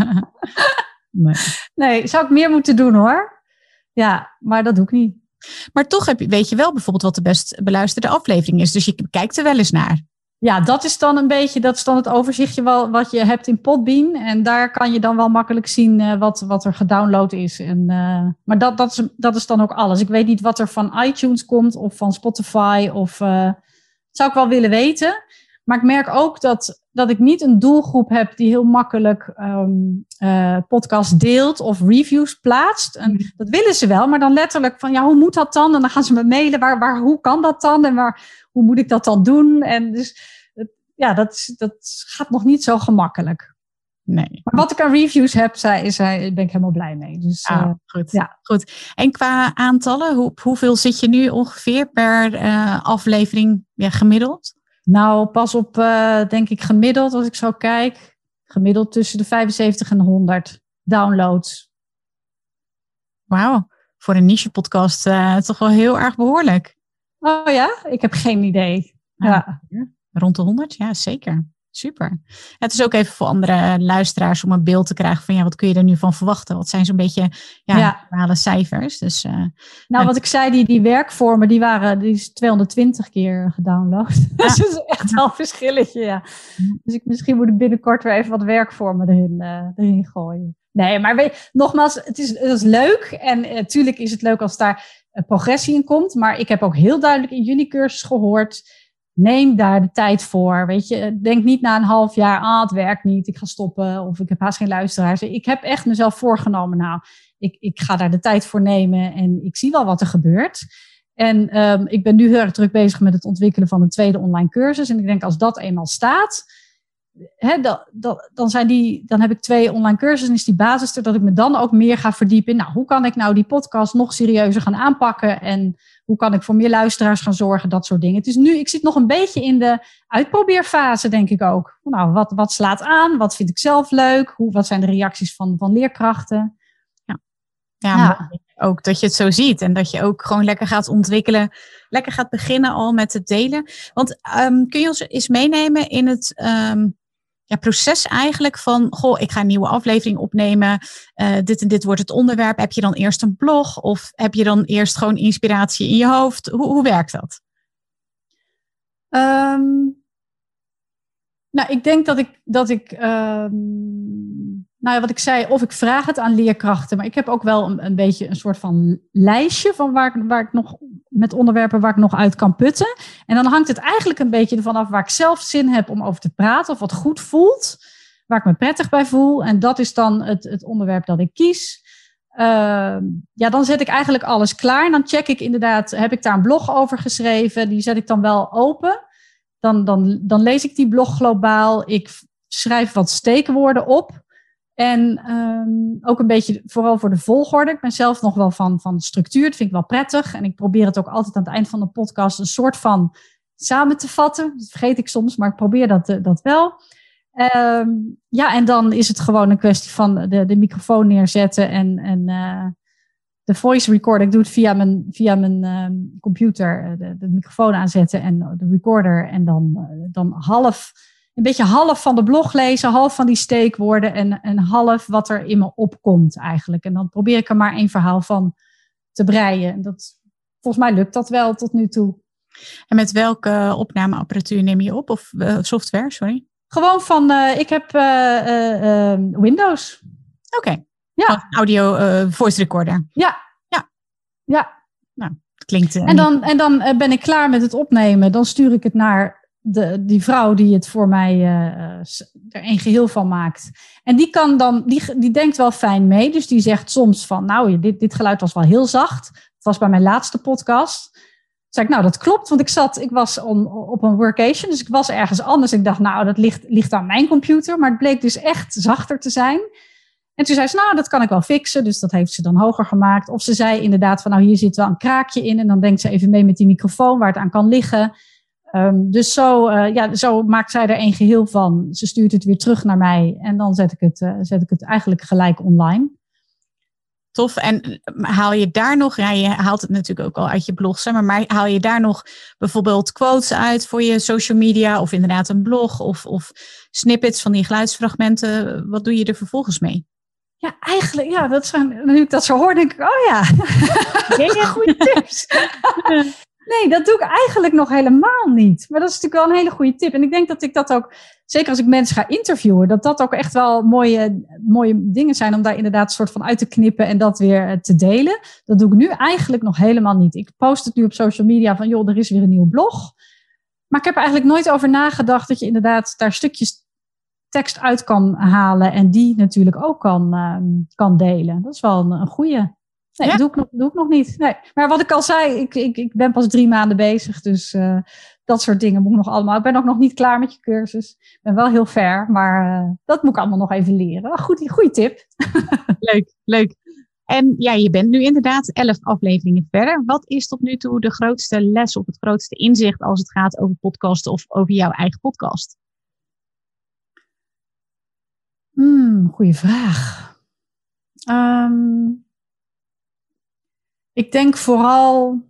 Nee, zou ik meer moeten doen hoor. Ja, maar dat doe ik niet. Maar toch weet je wel bijvoorbeeld wat de best beluisterde aflevering is. Dus je kijkt er wel eens naar. Ja, dat is dan het overzichtje wat je hebt in Podbean. En daar kan je dan wel makkelijk zien wat er gedownload is. Maar dat is dan ook alles. Ik weet niet wat er van iTunes komt of van Spotify. Dat zou ik wel willen weten. Maar ik merk ook dat dat ik niet een doelgroep heb die heel makkelijk podcast deelt of reviews plaatst. En dat willen ze wel, maar dan letterlijk van, ja, hoe moet dat dan? En dan gaan ze me mailen, hoe kan dat dan? En hoe moet ik dat dan doen? En dus, dat gaat nog niet zo gemakkelijk. Nee. Maar wat ik aan reviews heb, ben ik helemaal blij mee. Dus, goed. Ja. Goed. En qua aantallen, hoeveel zit je nu ongeveer per aflevering gemiddeld? Nou, pas op, denk ik gemiddeld, als ik zo kijk, gemiddeld tussen de 75 en 100 downloads. Wauw, voor een niche-podcast toch wel heel erg behoorlijk. Oh ja? Ik heb geen idee. Ja. Rond de 100? Ja, zeker. Super. Het is ook even voor andere luisteraars om een beeld te krijgen van wat kun je er nu van verwachten? Wat zijn zo'n beetje normale cijfers? Dus, wat ik zei, die werkvormen, die is 220 keer gedownload. Ja. Dus dat is echt wel een verschilletje, ja. Dus misschien moet ik binnenkort weer even wat werkvormen erin gooien. Nee, maar nogmaals, het is leuk. En natuurlijk is het leuk als daar progressie in komt. Maar ik heb ook heel duidelijk in jullie cursus gehoord, neem daar de tijd voor. Weet je, denk niet na een half jaar, het werkt niet, ik ga stoppen of ik heb haast geen luisteraars. Ik heb echt mezelf voorgenomen, ik ga daar de tijd voor nemen en ik zie wel wat er gebeurt. En ik ben nu heel erg druk bezig met het ontwikkelen van een tweede online cursus. En ik denk als dat eenmaal staat, dan heb ik 2 online cursussen en is die basis er dat ik me dan ook meer ga verdiepen in, hoe kan ik nou die podcast nog serieuzer gaan aanpakken en hoe kan ik voor meer luisteraars gaan zorgen, dat soort dingen. Het is nu, ik zit nog een beetje in de uitprobeerfase, denk ik ook. Nou, wat slaat aan? Wat vind ik zelf leuk? Wat zijn de reacties van leerkrachten? Ja. Ook dat je het zo ziet en dat je ook gewoon lekker gaat ontwikkelen, lekker gaat beginnen al met het delen. Want kun je ons eens meenemen in het proces eigenlijk van, ik ga een nieuwe aflevering opnemen, dit en dit wordt het onderwerp. Heb je dan eerst een blog of heb je dan eerst gewoon inspiratie in je hoofd? Hoe werkt dat? Ik denk dat ik wat ik zei, of ik vraag het aan leerkrachten, maar ik heb ook wel een beetje een soort van lijstje van waar ik nog met onderwerpen waar ik nog uit kan putten. En dan hangt het eigenlijk een beetje ervan af waar ik zelf zin heb om over te praten of wat goed voelt, waar ik me prettig bij voel. En dat is dan het onderwerp dat ik kies. Dan zet ik eigenlijk alles klaar. En dan check ik inderdaad, heb ik daar een blog over geschreven? Die zet ik dan wel open. Dan lees ik die blog globaal. Ik schrijf wat steekwoorden op. En ook een beetje vooral voor de volgorde. Ik ben zelf nog wel van structuur. Dat vind ik wel prettig. En ik probeer het ook altijd aan het eind van de podcast een soort van samen te vatten. Dat vergeet ik soms, maar ik probeer dat wel. En dan is het gewoon een kwestie van de microfoon neerzetten en de voice recorder. Ik doe het via mijn computer, de microfoon aanzetten en de recorder. En dan een beetje half van de blog lezen, half van die steekwoorden en half wat er in me opkomt eigenlijk. En dan probeer ik er maar 1 verhaal van te breien. En volgens mij lukt dat wel tot nu toe. En met welke opnameapparatuur neem je op? Of software, sorry? Gewoon ik heb Windows. Oké. Ja. Audio voice recorder. Ja. Nou, dat klinkt... En dan ben ik klaar met het opnemen. Dan stuur ik het naar die vrouw die het voor mij er een geheel van maakt. En die denkt wel fijn mee. Dus die zegt soms van, dit geluid was wel heel zacht. Het was bij mijn laatste podcast. Toen zei ik, dat klopt, want ik was op een workation. Dus ik was ergens anders. Ik dacht, dat ligt aan mijn computer. Maar het bleek dus echt zachter te zijn. En toen zei ze, dat kan ik wel fixen. Dus dat heeft ze dan hoger gemaakt. Of ze zei inderdaad van, hier zit wel een kraakje in. En dan denkt ze even mee met die microfoon waar het aan kan liggen. Dus zo maakt zij er een geheel van. Ze stuurt het weer terug naar mij. En dan zet ik het eigenlijk gelijk online. Tof. En haal je daar nog, je haalt het natuurlijk ook al uit je blogs, maar haal je daar nog bijvoorbeeld quotes uit voor je social media of inderdaad een blog of snippets van die geluidsfragmenten? Wat doe je er vervolgens mee? Ja, eigenlijk, nu ik dat zo hoor, denk ik, goede tips. Nee, dat doe ik eigenlijk nog helemaal niet. Maar dat is natuurlijk wel een hele goede tip. En ik denk dat ik dat ook, zeker als ik mensen ga interviewen, dat ook echt wel mooie dingen zijn om daar inderdaad een soort van uit te knippen en dat weer te delen. Dat doe ik nu eigenlijk nog helemaal niet. Ik post het nu op social media van, er is weer een nieuwe blog. Maar ik heb er eigenlijk nooit over nagedacht dat je inderdaad daar stukjes tekst uit kan halen en die natuurlijk ook kan delen. Dat is wel een goeie. Nee, dat doe ik nog niet. Nee. Maar wat ik al zei, ik ben pas 3 maanden bezig. Dus dat soort dingen moet ik nog allemaal. Ik ben ook nog niet klaar met je cursus. Ik ben wel heel ver, maar dat moet ik allemaal nog even leren. Goeie tip. Leuk. En ja, je bent nu inderdaad 11 afleveringen verder. Wat is tot nu toe de grootste les of het grootste inzicht als het gaat over podcasten of over jouw eigen podcast? Goeie vraag. Ik denk vooral,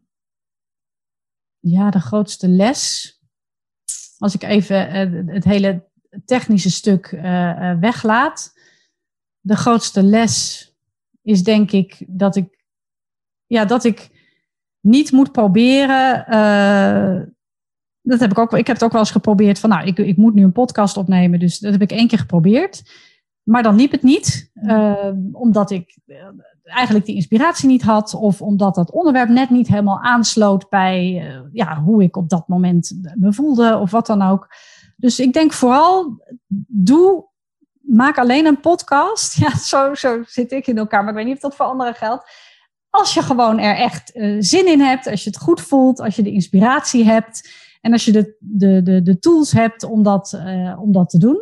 de grootste les. Als ik even het hele technische stuk weglaat. De grootste les is denk ik dat ik niet moet proberen. Dat heb ik ook. Ik heb het ook wel eens geprobeerd van, ik moet nu een podcast opnemen. Dus dat heb ik 1 keer geprobeerd. Maar dan liep het niet. Omdat ik eigenlijk die inspiratie niet had. Of omdat dat onderwerp net niet helemaal aansloot bij hoe ik op dat moment me voelde. Of wat dan ook. Dus ik denk vooral, maak alleen een podcast. Ja, zo zit ik in elkaar. Maar ik weet niet of dat voor anderen geldt. Als je gewoon er echt zin in hebt. Als je het goed voelt. Als je de inspiratie hebt. En als je de tools hebt om dat te doen.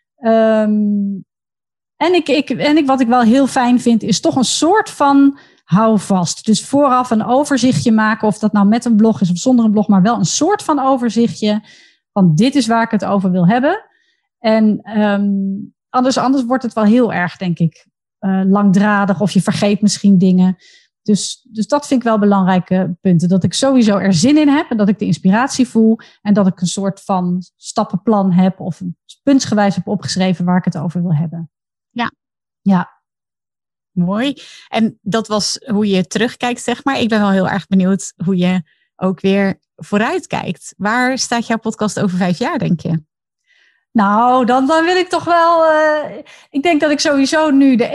En wat ik wel heel fijn vind, is toch een soort van houvast. Dus vooraf een overzichtje maken, of dat nou met een blog is of zonder een blog, maar wel een soort van overzichtje van dit is waar ik het over wil hebben. En anders wordt het wel heel erg, denk ik, langdradig of je vergeet misschien dingen. Dus dat vind ik wel belangrijke punten. Dat ik sowieso er zin in heb en dat ik de inspiratie voel en dat ik een soort van stappenplan heb of puntsgewijs heb opgeschreven waar ik het over wil hebben. Ja. Mooi. En dat was hoe je terugkijkt, zeg maar. Ik ben wel heel erg benieuwd hoe je ook weer vooruit kijkt. Waar staat jouw podcast over 5 jaar, denk je? Nou, dan wil ik toch wel. Ik denk dat ik sowieso nu het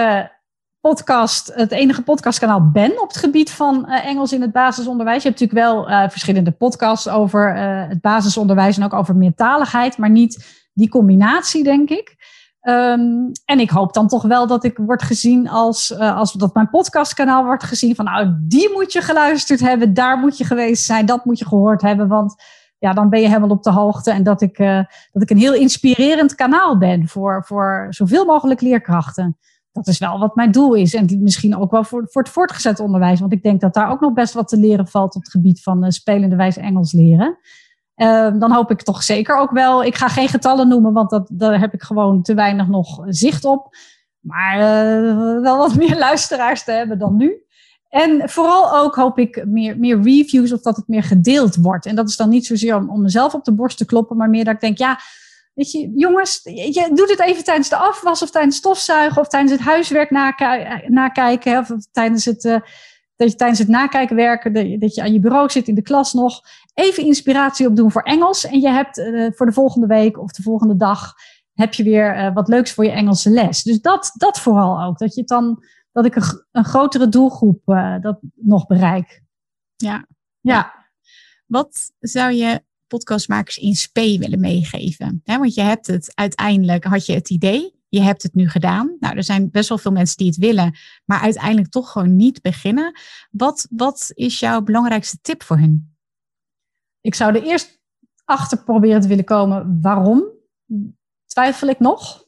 enige podcastkanaal ben op het gebied van Engels in het basisonderwijs. Je hebt natuurlijk wel verschillende podcasts over het basisonderwijs en ook over meertaligheid, maar niet die combinatie, denk ik. En ik hoop dan toch wel dat ik word gezien als dat mijn podcastkanaal wordt gezien van, die moet je geluisterd hebben, daar moet je geweest zijn, dat moet je gehoord hebben, want dan ben je helemaal op de hoogte en dat ik een heel inspirerend kanaal ben voor zoveel mogelijk leerkrachten. Dat is wel wat mijn doel is en misschien ook wel voor het voortgezet onderwijs, want ik denk dat daar ook nog best wat te leren valt op het gebied van spelende wijze Engels leren. Dan hoop ik toch zeker ook wel. Ik ga geen getallen noemen, want daar heb ik gewoon te weinig nog zicht op. Maar wel wat meer luisteraars te hebben dan nu. En vooral ook hoop ik meer reviews of dat het meer gedeeld wordt. En dat is dan niet zozeer om mezelf op de borst te kloppen, maar meer dat ik denk, weet je, jongens, je doet het even tijdens de afwas of tijdens het stofzuigen of tijdens het huiswerk nakijken of tijdens het nakijken werken, dat je aan je bureau zit in de klas nog, even inspiratie opdoen voor Engels. En je hebt voor de volgende week of de volgende dag heb je weer wat leuks voor je Engelse les. Dus dat vooral ook. Dat ik een grotere doelgroep dat nog bereik. Ja. Wat zou je podcastmakers in spe willen meegeven? Want je hebt het uiteindelijk, had je het idee. Je hebt het nu gedaan. Nou, er zijn best wel veel mensen die het willen, maar uiteindelijk toch gewoon niet beginnen. Wat is jouw belangrijkste tip voor hen? Ik zou er eerst achter proberen te willen komen. Waarom twijfel ik nog?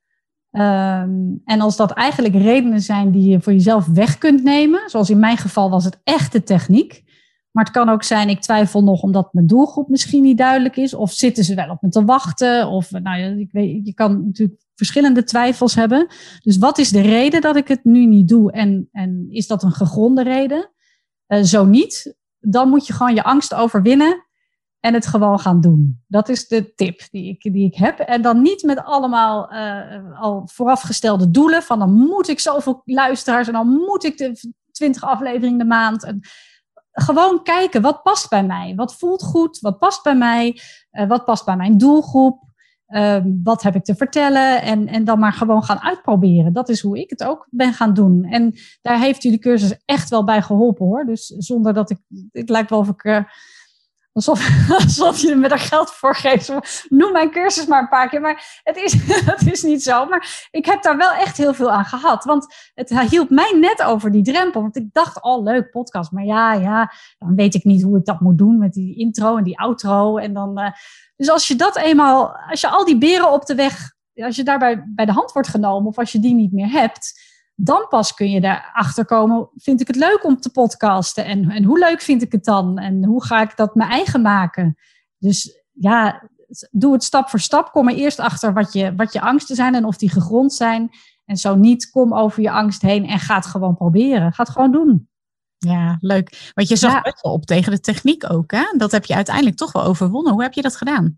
En als dat eigenlijk redenen zijn die je voor jezelf weg kunt nemen, zoals in mijn geval was het echt de techniek. Maar het kan ook zijn, ik twijfel nog omdat mijn doelgroep misschien niet duidelijk is. Of zitten ze wel op me te wachten? Of je kan natuurlijk verschillende twijfels hebben. Dus wat is de reden dat ik het nu niet doe? En is dat een gegronde reden? Zo niet. Dan moet je gewoon je angst overwinnen en het gewoon gaan doen. Dat is de tip die ik heb. En dan niet met allemaal al voorafgestelde doelen. Van dan moet ik zoveel luisteraars en dan moet ik de 20 afleveringen de maand. En gewoon kijken, wat past bij mij? Wat voelt goed? Wat past bij mij? Wat past bij mijn doelgroep? Wat heb ik te vertellen? En dan maar gewoon gaan uitproberen. Dat is hoe ik het ook ben gaan doen. En daar heeft jullie cursus echt wel bij geholpen, hoor. Dus zonder dat het lijkt wel of ik Alsof je er met er geld voor geeft. Noem mijn cursus maar een paar keer. Maar het is niet zo. Maar ik heb daar wel echt heel veel aan gehad. Want het hielp mij net over die drempel. Want ik dacht, leuk podcast. Maar ja, dan weet ik niet hoe ik dat moet doen met die intro en die outro. En dan, dus als je al die beren op de weg, als je daarbij bij de hand wordt genomen of als je die niet meer hebt, dan pas kun je daarachter komen, vind ik het leuk om te podcasten? En hoe leuk vind ik het dan? En hoe ga ik dat mijn eigen maken? Dus ja, doe het stap voor stap. Kom er eerst achter wat je angsten zijn en of die gegrond zijn. En zo niet, kom over je angst heen en ga het gewoon proberen. Ga het gewoon doen. Ja, leuk. Want je zag best wel op tegen de techniek ook, hè? Dat heb je uiteindelijk toch wel overwonnen. Hoe heb je dat gedaan?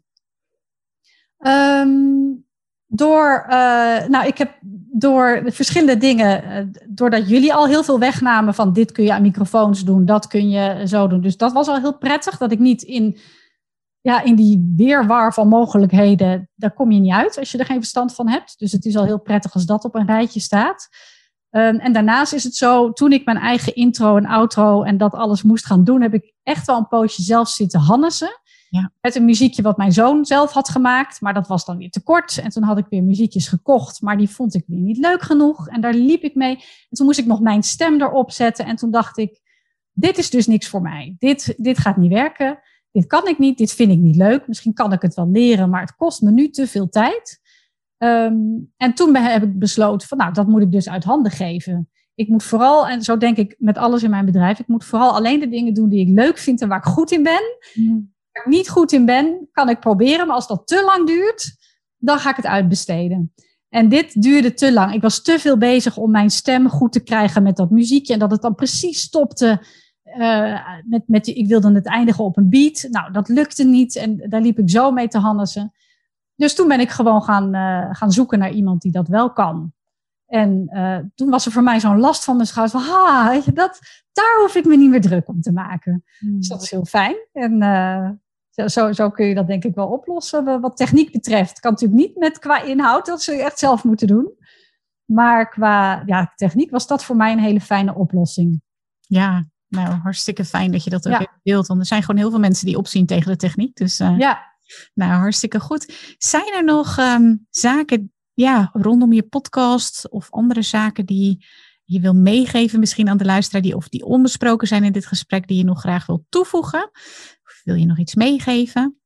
Ik heb door de verschillende dingen, doordat jullie al heel veel wegnamen van dit kun je aan microfoons doen, dat kun je zo doen. Dus dat was al heel prettig, dat ik niet in die weerwar van mogelijkheden, daar kom je niet uit als je er geen verstand van hebt. Dus het is al heel prettig als dat op een rijtje staat. En daarnaast is het zo, toen ik mijn eigen intro en outro en dat alles moest gaan doen, heb ik echt wel een poosje zelf zitten hannessen. Ja. Met een muziekje wat mijn zoon zelf had gemaakt. Maar dat was dan weer te kort. En toen had ik weer muziekjes gekocht. Maar die vond ik weer niet leuk genoeg. En daar liep ik mee. En toen moest ik nog mijn stem erop zetten. En toen dacht ik, dit is dus niks voor mij. Dit gaat niet werken. Dit kan ik niet. Dit vind ik niet leuk. Misschien kan ik het wel leren. Maar het kost me nu te veel tijd. En toen heb ik besloten van dat moet ik dus uit handen geven. Ik moet vooral, en zo denk ik met alles in mijn bedrijf, ik moet vooral alleen de dingen doen die ik leuk vind en waar ik goed in ben. Waar ik niet goed in ben, kan ik proberen. Maar als dat te lang duurt, dan ga ik het uitbesteden. En dit duurde te lang. Ik was te veel bezig om mijn stem goed te krijgen met dat muziekje. En dat het dan precies stopte. Ik wilde het eindigen op een beat. Nou, dat lukte niet. En daar liep ik zo mee te hannessen. Dus toen ben ik gewoon gaan zoeken naar iemand die dat wel kan. En toen was er voor mij zo'n last van mijn schouder. Van, weet je, daar hoef ik me niet meer druk om te maken. Dus dat is heel fijn. En zo kun je dat denk ik wel oplossen. Wat techniek betreft kan natuurlijk niet qua inhoud. Dat zul je echt zelf moeten doen. Maar qua techniek was dat voor mij een hele fijne oplossing. Ja, nou hartstikke fijn dat je dat ook even deelt. Want er zijn gewoon heel veel mensen die opzien tegen de techniek. Dus nou hartstikke goed. Zijn er nog zaken rondom je podcast of andere zaken die je wil meegeven misschien aan de luisteraar die onbesproken zijn in dit gesprek die je nog graag wil toevoegen? Of wil je nog iets meegeven?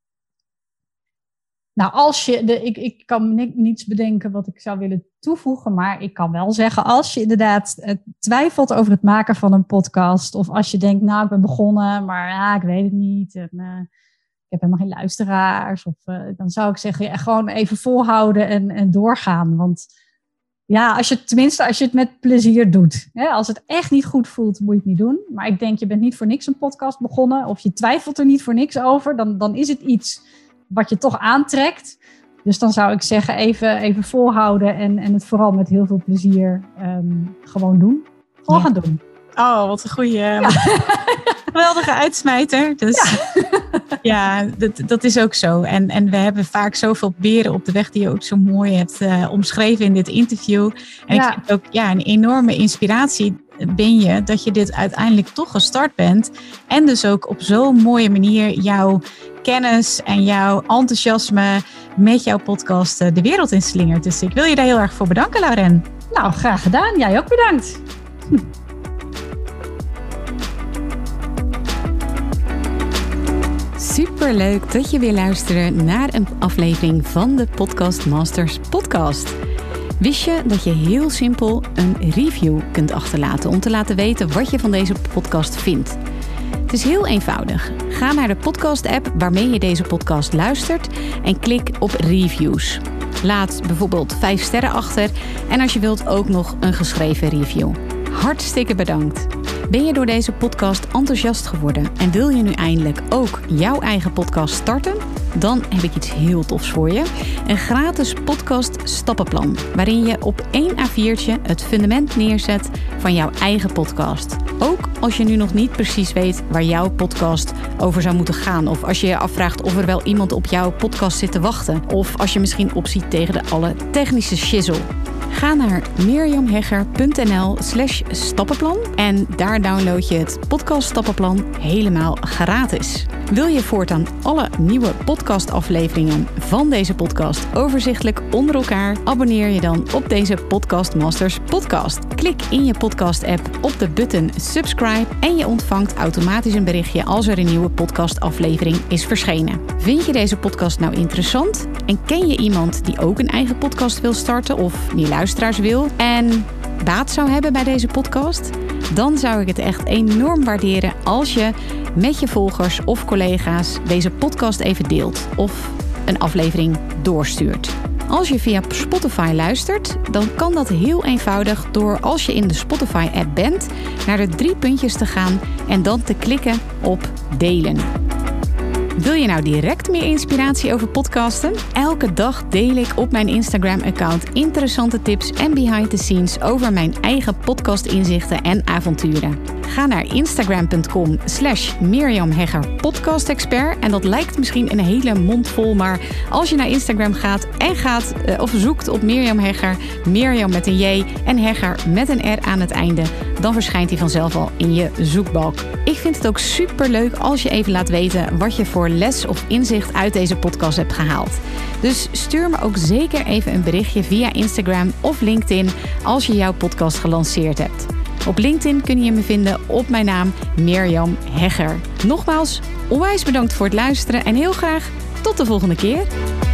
Nou, ik kan niets bedenken wat ik zou willen toevoegen, maar ik kan wel zeggen, als je inderdaad twijfelt over het maken van een podcast, of als je denkt, ik ben begonnen, maar ik weet het niet, en ik heb helemaal geen luisteraars, of dan zou ik zeggen, gewoon even volhouden en doorgaan. Want als je het met plezier doet. Hè? Als het echt niet goed voelt, moet je het niet doen. Maar ik denk, je bent niet voor niks een podcast begonnen, of je twijfelt er niet voor niks over, dan is het iets wat je toch aantrekt. Dus dan zou ik zeggen, even volhouden en het vooral met heel veel plezier gewoon doen. Gewoon gaan doen. Oh, wat een goede, geweldige uitsmijter. Dus dat is ook zo. En we hebben vaak zoveel beren op de weg die je ook zo mooi hebt omschreven in dit interview. En ik vind ook een enorme inspiratie ben je dat je dit uiteindelijk toch gestart bent. En dus ook op zo'n mooie manier jouw kennis en jouw enthousiasme met jouw podcast de wereld inslingert. Dus ik wil je daar heel erg voor bedanken, Lauren. Nou, graag gedaan. Jij ook bedankt. Superleuk dat je weer luistert naar een aflevering van de Podcast Masters podcast. Wist je dat je heel simpel een review kunt achterlaten om te laten weten wat je van deze podcast vindt? Het is heel eenvoudig. Ga naar de podcast-app waarmee je deze podcast luistert en klik op reviews. Laat bijvoorbeeld 5 sterren achter en als je wilt ook nog een geschreven review. Hartstikke bedankt. Ben je door deze podcast enthousiast geworden en wil je nu eindelijk ook jouw eigen podcast starten? Dan heb ik iets heel tofs voor je. Een gratis podcast stappenplan, waarin je op 1 A4'tje het fundament neerzet van jouw eigen podcast. Ook als je nu nog niet precies weet waar jouw podcast over zou moeten gaan. Of als je je afvraagt of er wel iemand op jouw podcast zit te wachten. Of als je misschien opziet tegen de alle technische shizzle. Ga naar mirjamhegger.nl/stappenplan en daar download je het podcast Stappenplan helemaal gratis. Wil je voortaan alle nieuwe podcastafleveringen van deze podcast overzichtelijk onder elkaar? Abonneer je dan op deze Podcast Masters podcast. Klik in je podcast-app op de button subscribe en je ontvangt automatisch een berichtje als er een nieuwe podcastaflevering is verschenen. Vind je deze podcast nou interessant en ken je iemand die ook een eigen podcast wil starten of die luisteraars wil en baat zou hebben bij deze podcast? Dan zou ik het echt enorm waarderen als je met je volgers of collega's deze podcast even deelt of een aflevering doorstuurt. Als je via Spotify luistert, dan kan dat heel eenvoudig door als je in de Spotify-app bent, naar de 3 puntjes te gaan en dan te klikken op delen. Wil je nou direct meer inspiratie over podcasten? Elke dag deel ik op mijn Instagram-account interessante tips en behind the scenes over mijn eigen podcastinzichten en avonturen. Ga naar instagram.com/mirjamheggerpodcastexpert en dat lijkt misschien een hele mond vol, maar als je naar Instagram gaat of zoekt op Mirjam Hegger, Mirjam met een J en Hegger met een R aan het einde, dan verschijnt hij vanzelf al in je zoekbalk. Ik vind het ook superleuk als je even laat weten wat je voor les of inzicht uit deze podcast hebt gehaald. Dus stuur me ook zeker even een berichtje via Instagram of LinkedIn als je jouw podcast gelanceerd hebt. Op LinkedIn kun je me vinden op mijn naam Mirjam Hegger. Nogmaals, onwijs bedankt voor het luisteren en heel graag tot de volgende keer.